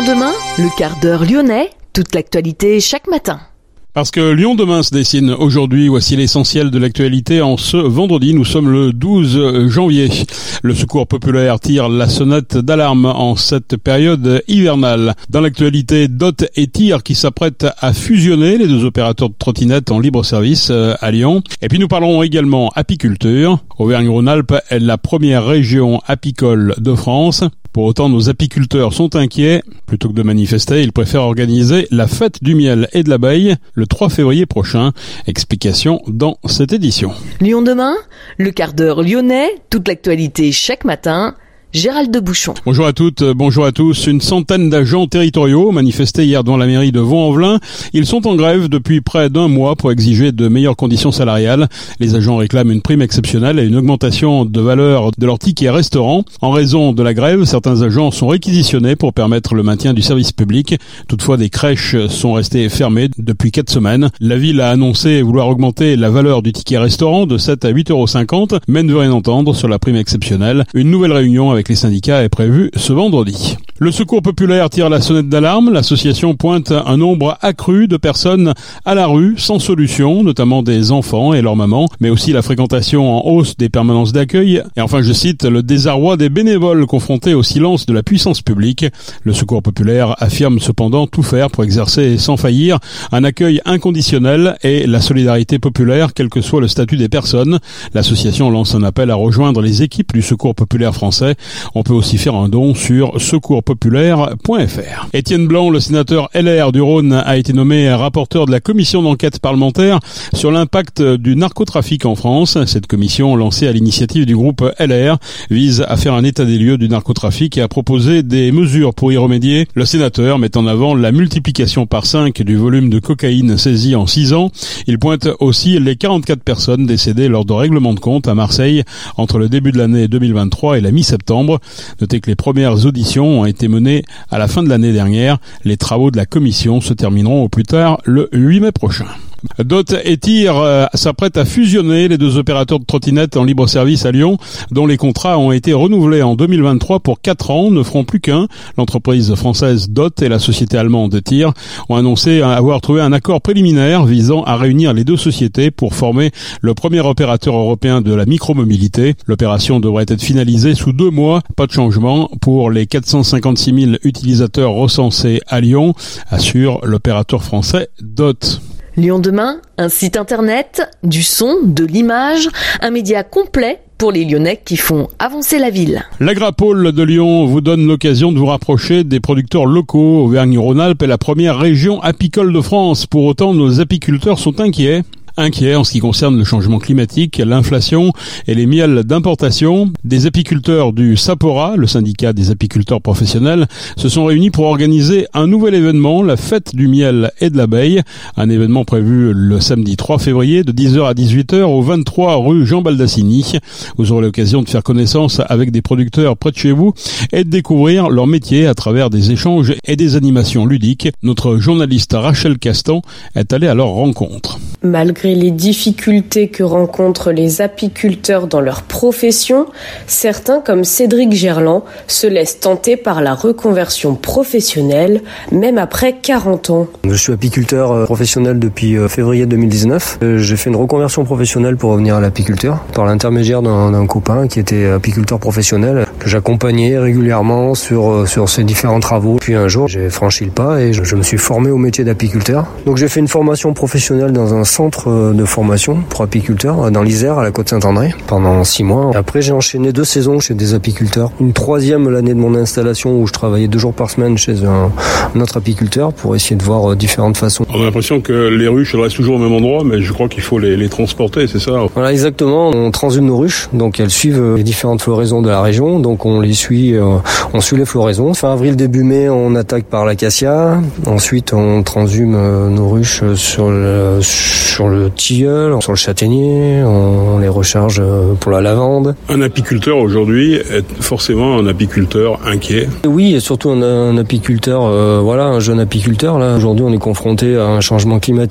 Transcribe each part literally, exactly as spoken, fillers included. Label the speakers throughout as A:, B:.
A: demain, le quart d'heure lyonnais, toute l'actualité chaque matin.
B: Parce que Lyon demain se dessine aujourd'hui, voici l'essentiel de l'actualité en ce vendredi. Nous sommes le douze janvier. Le Secours populaire tire la sonnette d'alarme en cette période hivernale. Dans l'actualité, Dott et Tir qui s'apprêtent à fusionner, les deux opérateurs de trottinettes en libre service à Lyon. Et puis nous parlerons également apiculture. Auvergne-Rhône-Alpes est la première région apicole de France. Pour autant, nos apiculteurs sont inquiets. Plutôt que de manifester, ils préfèrent organiser la fête du miel et de l'abeille le trois février prochain. Explication dans cette édition.
A: Lyon demain, le quart d'heure lyonnais, toute l'actualité chaque matin. Gérald de Bouchon.
B: Bonjour à toutes, bonjour à tous. Une centaine d'agents territoriaux manifestaient hier devant la mairie de Vaux-en-Velin. Ils sont en grève depuis près d'un mois pour exiger de meilleures conditions salariales. Les agents réclament une prime exceptionnelle et une augmentation de valeur de leurs tickets restaurants. En raison de la grève, certains agents sont réquisitionnés pour permettre le maintien du service public. Toutefois, des crèches sont restées fermées depuis quatre semaines. La ville a annoncé vouloir augmenter la valeur du ticket restaurant de sept à huit euros cinquante, mais ne veut rien entendre sur la prime exceptionnelle. Une nouvelle réunion avec les syndicats est prévue ce vendredi. Le Secours populaire tire la sonnette d'alarme. L'association pointe un nombre accru de personnes à la rue sans solution, notamment des enfants et leurs mamans, mais aussi la fréquentation en hausse des permanences d'accueil. Et enfin, je cite, le désarroi des bénévoles confrontés au silence de la puissance publique. Le Secours populaire affirme cependant tout faire pour exercer sans faillir un accueil inconditionnel et la solidarité populaire, quel que soit le statut des personnes. L'association lance un appel à rejoindre les équipes du Secours populaire français. On peut aussi faire un don sur secours populaire point f r. Étienne Blanc, le sénateur L R du Rhône, a été nommé rapporteur de la commission d'enquête parlementaire sur l'impact du narcotrafic en France. Cette commission, lancée à l'initiative du groupe L R, vise à faire un état des lieux du narcotrafic et à proposer des mesures pour y remédier. Le sénateur met en avant la multiplication par cinq du volume de cocaïne saisi en six ans. Il pointe aussi les quarante-quatre personnes décédées lors de règlements de compte à Marseille entre le début de l'année deux mille vingt-trois et la mi-septembre. Notez que les premières auditions ont été menées à la fin de l'année dernière. Les travaux de la commission se termineront au plus tard le huit mai prochain. Dott et Tir euh, s'apprêtent à fusionner, les deux opérateurs de trottinettes en libre service à Lyon, dont les contrats ont été renouvelés en deux mille vingt-trois pour quatre ans, ne feront plus qu'un. L'entreprise française Dott et la société allemande Tir ont annoncé avoir trouvé un accord préliminaire visant à réunir les deux sociétés pour former le premier opérateur européen de la micromobilité. L'opération devrait être finalisée sous deux mois. Pas de changement pour les quatre cent cinquante-six mille utilisateurs recensés à Lyon, assure l'opérateur français Dott.
A: Lyon demain, un site internet, du son, de l'image, un média complet pour les Lyonnais qui font avancer la ville. L'Agrapole
B: de Lyon vous donne l'occasion de vous rapprocher des producteurs locaux. Auvergne-Rhône-Alpes est la première région apicole de France. Pour autant, nos apiculteurs sont inquiets. Inquiets en ce qui concerne le changement climatique, l'inflation et les miels d'importation. Des apiculteurs du SAPORA, le syndicat des apiculteurs professionnels, se sont réunis pour organiser un nouvel événement, la fête du miel et de l'abeille. Un événement prévu le samedi trois février de dix heures à dix-huit heures au vingt-trois rue Jean Baldassini. Vous aurez l'occasion de faire connaissance avec des producteurs près de chez vous et de découvrir leur métier à travers des échanges et des animations ludiques. Notre journaliste Rachel Castan est allée à leur rencontre.
C: Malgré les difficultés que rencontrent les apiculteurs dans leur profession, certains, comme Cédric Gerland, se laissent tenter par la reconversion professionnelle, même après quarante ans.
D: Je suis apiculteur professionnel depuis février deux mille dix-neuf. J'ai fait une reconversion professionnelle pour revenir à l'apiculture, par l'intermédiaire d'un, d'un copain qui était apiculteur professionnel, que j'accompagnais régulièrement sur, sur ses différents travaux. Puis un jour, j'ai franchi le pas et je, je me suis formé au métier d'apiculteur. Donc j'ai fait une formation professionnelle dans un centre de formation pour apiculteurs dans l'Isère, à la Côte-Saint-André, pendant six mois. Et après, j'ai enchaîné deux saisons chez des apiculteurs. Une troisième l'année de mon installation où je travaillais deux jours par semaine chez un, un autre apiculteur pour essayer de voir différentes façons.
B: On a l'impression que les ruches restent toujours au même endroit, mais je crois qu'il faut les, les transporter, c'est ça?
D: Voilà, exactement. On transhume nos ruches, donc elles suivent les différentes floraisons de la région, donc on les suit, euh, on suit les floraisons. Fin avril, début mai, on attaque par l'acacia. Ensuite, on transhume euh, nos ruches sur le, sur le tilleul, sur le châtaignier, on les recharge pour la lavande.
B: Un apiculteur aujourd'hui est forcément un apiculteur inquiet.
D: Oui, et surtout un, un apiculteur, euh, voilà, un jeune apiculteur. Là, aujourd'hui, on est confronté à un changement climatique.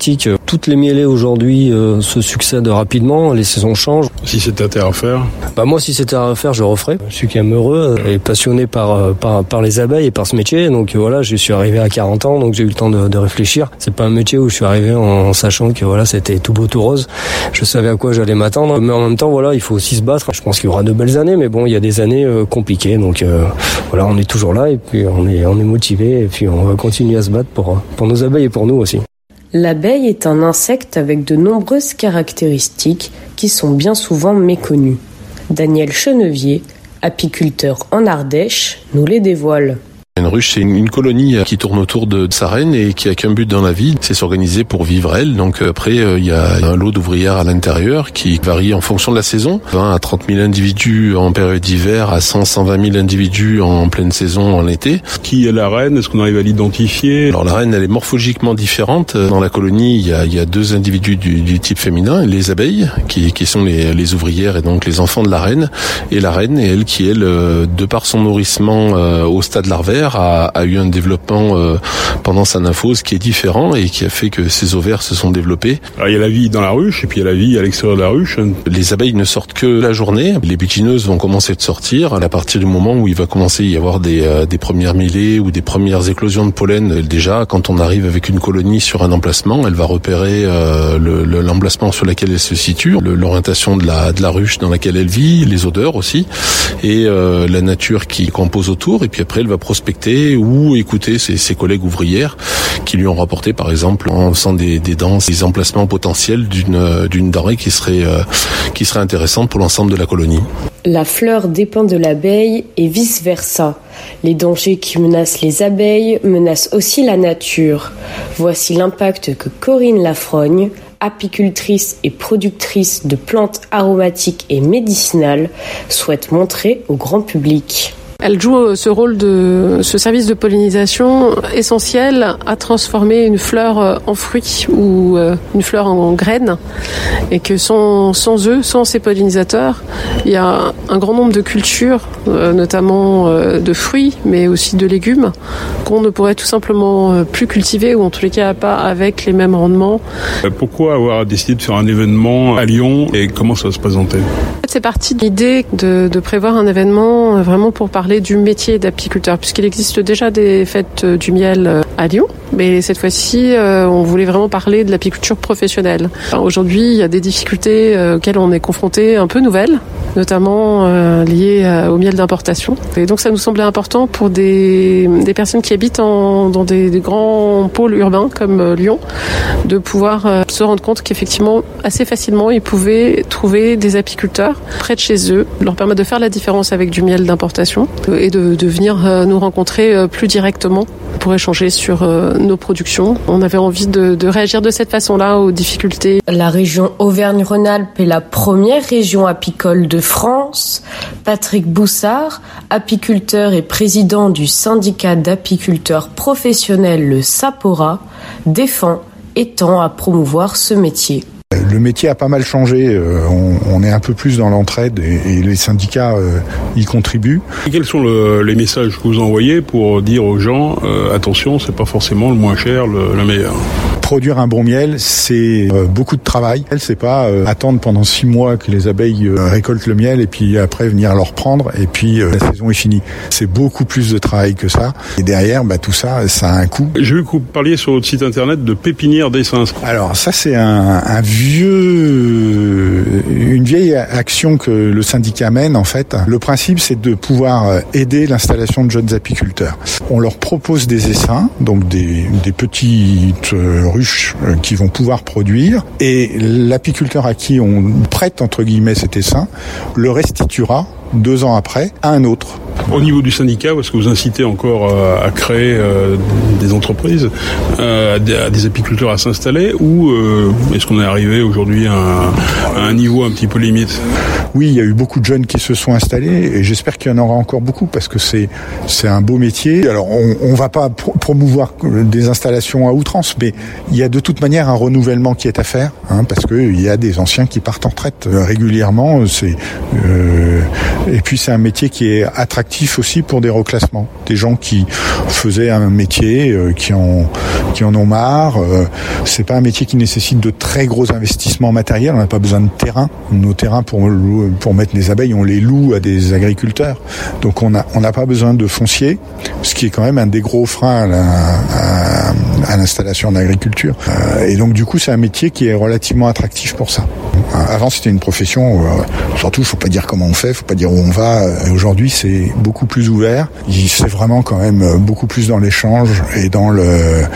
D: toutes les mielées aujourd'hui euh, se succèdent rapidement, les saisons changent.
B: Si c'était à refaire?
D: Bah moi, si c'était à refaire, je referais. Je suis quand même heureux et passionné par, par, par les abeilles et par ce métier. Donc voilà, je suis arrivé à quarante ans, donc j'ai eu le temps de, de réfléchir. C'est pas un métier où je suis arrivé en, en sachant que voilà, c'était tout beau, tout rose. Je savais à quoi j'allais m'attendre. Mais en même temps, voilà, il faut aussi se battre. Je pense qu'il y aura de belles années, mais bon, il y a des années euh, compliquées. Donc euh, voilà, on est toujours là et puis on est, on est motivé et puis on va continuer à se battre pour, pour nos abeilles et pour nous aussi.
C: L'abeille est un insecte avec de nombreuses caractéristiques qui sont bien souvent méconnues. Daniel Chenevier, apiculteur en Ardèche, nous les dévoile.
E: Une ruche, c'est une, une colonie qui tourne autour de, de sa reine et qui a qu'un but dans la vie, c'est s'organiser pour vivre elle. Donc après, il euh, y a un lot d'ouvrières à l'intérieur qui varie en fonction de la saison. vingt à trente mille individus en période d'hiver, à cent à cent vingt mille individus en pleine saison en été.
B: Qui est la reine? Est-ce qu'on arrive à l'identifier?
E: Alors la reine, elle est morphologiquement différente. Dans la colonie, il y a, y a deux individus du, du type féminin, les abeilles, qui, qui sont les, les ouvrières et donc les enfants de la reine. Et la reine, et elle qui, elle, de par son nourrissement euh, au stade larvaire, A, a eu un développement euh, pendant sa nymphose qui est différent et qui a fait que ses ovaires se sont développés.
B: Alors, il y a la vie dans la ruche et puis il y a la vie à l'extérieur de la ruche.
E: Les abeilles ne sortent que la journée. Les butineuses vont commencer de sortir à partir du moment où il va commencer à y avoir des, euh, des premières mêlées ou des premières éclosions de pollen. Déjà, quand on arrive avec une colonie sur un emplacement, elle va repérer euh, le, le, l'emplacement sur lequel elle se situe, le, l'orientation de la, de la ruche dans laquelle elle vit, les odeurs aussi, et euh, la nature qui compose autour. Et puis après, elle va prospecter ou écouter ses, ses collègues ouvrières qui lui ont rapporté, par exemple, en faisant des, des danses, des emplacements potentiels d'une, d'une denrée qui serait, euh, qui serait intéressante pour l'ensemble de la colonie.
C: La fleur dépend de l'abeille et vice-versa. Les dangers qui menacent les abeilles menacent aussi la nature. Voici l'impact que Corinne Lafrogne, apicultrice et productrice de plantes aromatiques et médicinales, souhaite montrer au grand public.
F: Elle joue ce rôle de ce service de pollinisation essentiel à transformer une fleur en fruit ou une fleur en graine, et que sans, sans eux, sans ces pollinisateurs, il y a un grand nombre de cultures, notamment de fruits, mais aussi de légumes, qu'on ne pourrait tout simplement plus cultiver, ou en tous les cas pas avec les mêmes rendements.
B: Pourquoi avoir décidé de faire un événement à Lyon et comment ça va se présenter?
F: C'est parti de l'idée de, de prévoir un événement vraiment pour parler du métier d'apiculteur, puisqu'il existe déjà des fêtes du miel à Lyon, mais cette fois-ci, euh, on voulait vraiment parler de l'apiculture professionnelle. Alors, aujourd'hui, il y a des difficultés euh, auxquelles on est confronté un peu nouvelles, notamment euh, liées euh, au miel d'importation. Et donc, ça nous semblait important pour des, des personnes qui habitent en, dans des, des grands pôles urbains comme euh, Lyon, de pouvoir euh, se rendre compte qu'effectivement, assez facilement, ils pouvaient trouver des apiculteurs près de chez eux, leur permettre de faire la différence avec du miel d'importation et de, de venir euh, nous rencontrer euh, plus directement pour échanger sur euh, nos productions. On avait envie de, de réagir de cette façon-là aux difficultés.
C: La région Auvergne-Rhône-Alpes est la première région apicole de France. Patrick Boussard, apiculteur et président du syndicat d'apiculteurs professionnels, le SAPORA, défend et tend à promouvoir ce métier.
G: Le métier a pas mal changé, on, on est un peu plus dans l'entraide et, et les syndicats euh, y contribuent.
B: Et quels sont le, les messages que vous envoyez pour dire aux gens euh, attention, c'est pas forcément le moins cher, le, le meilleur?
G: Produire un bon miel, c'est euh, beaucoup de travail. C'est pas euh, attendre pendant six mois que les abeilles euh, récoltent le miel et puis après venir le reprendre et puis euh, la saison est finie. C'est beaucoup plus de travail que ça. Et derrière, bah, tout ça, ça a un coût.
B: J'ai vu que vous parliez sur votre site internet de pépinière d'essence.
G: Alors ça, c'est un, un vieux, une vieille action que le syndicat mène en fait. Le principe, c'est de pouvoir aider l'installation de jeunes apiculteurs. On leur propose des essaims, donc des, des petites euh, ruches qui vont pouvoir produire, et l'apiculteur à qui on prête entre guillemets cet essaim le restituera deux ans après à un autre.
B: Au niveau du syndicat, est-ce que vous incitez encore euh, à créer euh, des entreprises, euh, à, des, à des apiculteurs à s'installer, ou euh, est-ce qu'on est arrivé aujourd'hui à un, à un niveau un petit peu limite?
G: oui, il y a eu beaucoup de jeunes qui se sont installés et j'espère qu'il y en aura encore beaucoup parce que c'est c'est un beau métier. Alors on on va pas pro- promouvoir des installations à outrance, mais il y a de toute manière un renouvellement qui est à faire, hein, parce que il y a des anciens qui partent en retraite euh, régulièrement. C'est euh, et puis c'est un métier qui est attractif aussi pour des reclassements, des gens qui faisaient un métier, euh, qui en qui en ont marre. Euh, c'est pas un métier qui nécessite de très gros investissements matériels. On n'a pas besoin de terrain. Nos terrains pour pour mettre les abeilles, on les loue à des agriculteurs. Donc on a on n'a pas besoin de foncier, ce qui est quand même un des gros freins à, la, à, à l'installation en agriculture. Euh, et donc du coup, c'est un métier qui est relativement attractif pour ça. Avant, c'était une profession, euh, surtout, faut pas dire comment on fait, faut pas dire où on va. Aujourd'hui, c'est beaucoup plus ouvert. C'est vraiment quand même beaucoup plus dans l'échange et dans le,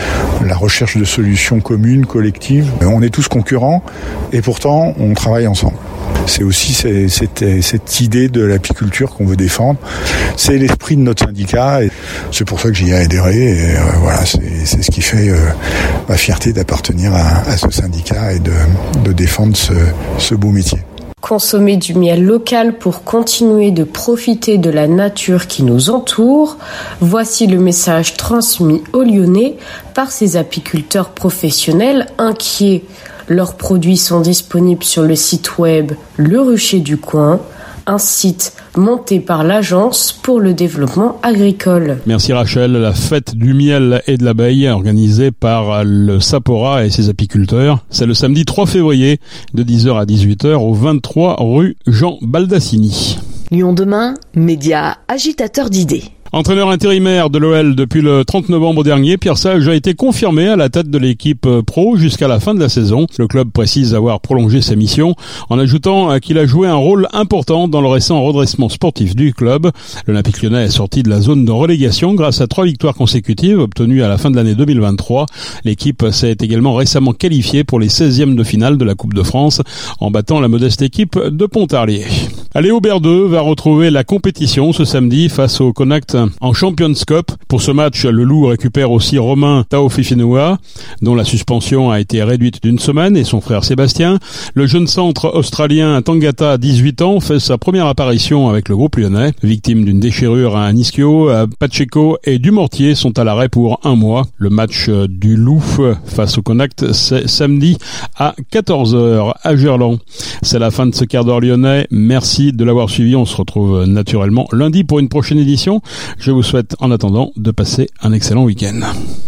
G: la recherche de solutions communes, collectives. On est tous concurrents et pourtant, on travaille ensemble. C'est aussi cette, cette, cette idée de l'apiculture qu'on veut défendre. C'est l'esprit de notre syndicat et c'est pour ça que j'y ai adhéré. Et euh, voilà, c'est, c'est ce qui fait euh, ma fierté d'appartenir à, à ce syndicat et de, de défendre ce, ce beau métier.
C: Consommer du miel local pour continuer de profiter de la nature qui nous entoure, voici le message transmis aux Lyonnais par ces apiculteurs professionnels inquiets. Leurs produits sont disponibles sur le site web Le Rucher du Coin, un site monté par l'Agence pour le développement agricole.
B: Merci Rachel. La fête du miel et de l'abeille organisée par le Sapora et ses apiculteurs, c'est le samedi trois février de dix heures à dix-huit heures au vingt-trois rue Jean Baldassini.
A: Lyon demain, média agitateur d'idées.
B: Entraîneur intérimaire de l'O L depuis le trente novembre dernier, Pierre Sage a été confirmé à la tête de l'équipe pro jusqu'à la fin de la saison. Le club précise avoir prolongé sa mission en ajoutant qu'il a joué un rôle important dans le récent redressement sportif du club. L'Olympique Lyonnais est sorti de la zone de relégation grâce à trois victoires consécutives obtenues à la fin de l'année deux mille vingt-trois. L'équipe s'est également récemment qualifiée pour les seizièmes de finale de la Coupe de France en battant la modeste équipe de Pontarlier. Léo Berdeux va retrouver la compétition ce samedi face au Connacht en Champions Cup. Pour ce match, le Loup récupère aussi Romain Taofifenua, dont la suspension a été réduite d'une semaine, et son frère Sébastien. Le jeune centre australien Tangata, dix-huit ans, fait sa première apparition avec le groupe lyonnais. Victime d'une déchirure à un ischio, Pacheco et Dumortier sont à l'arrêt pour un mois. Le match du Loup face au Connacht, c'est samedi à quatorze heures à Gerland. C'est la fin de ce quart d'heure lyonnais. Merci de l'avoir suivi. On se retrouve naturellement lundi pour une prochaine édition. Je vous souhaite en attendant de passer un excellent week-end.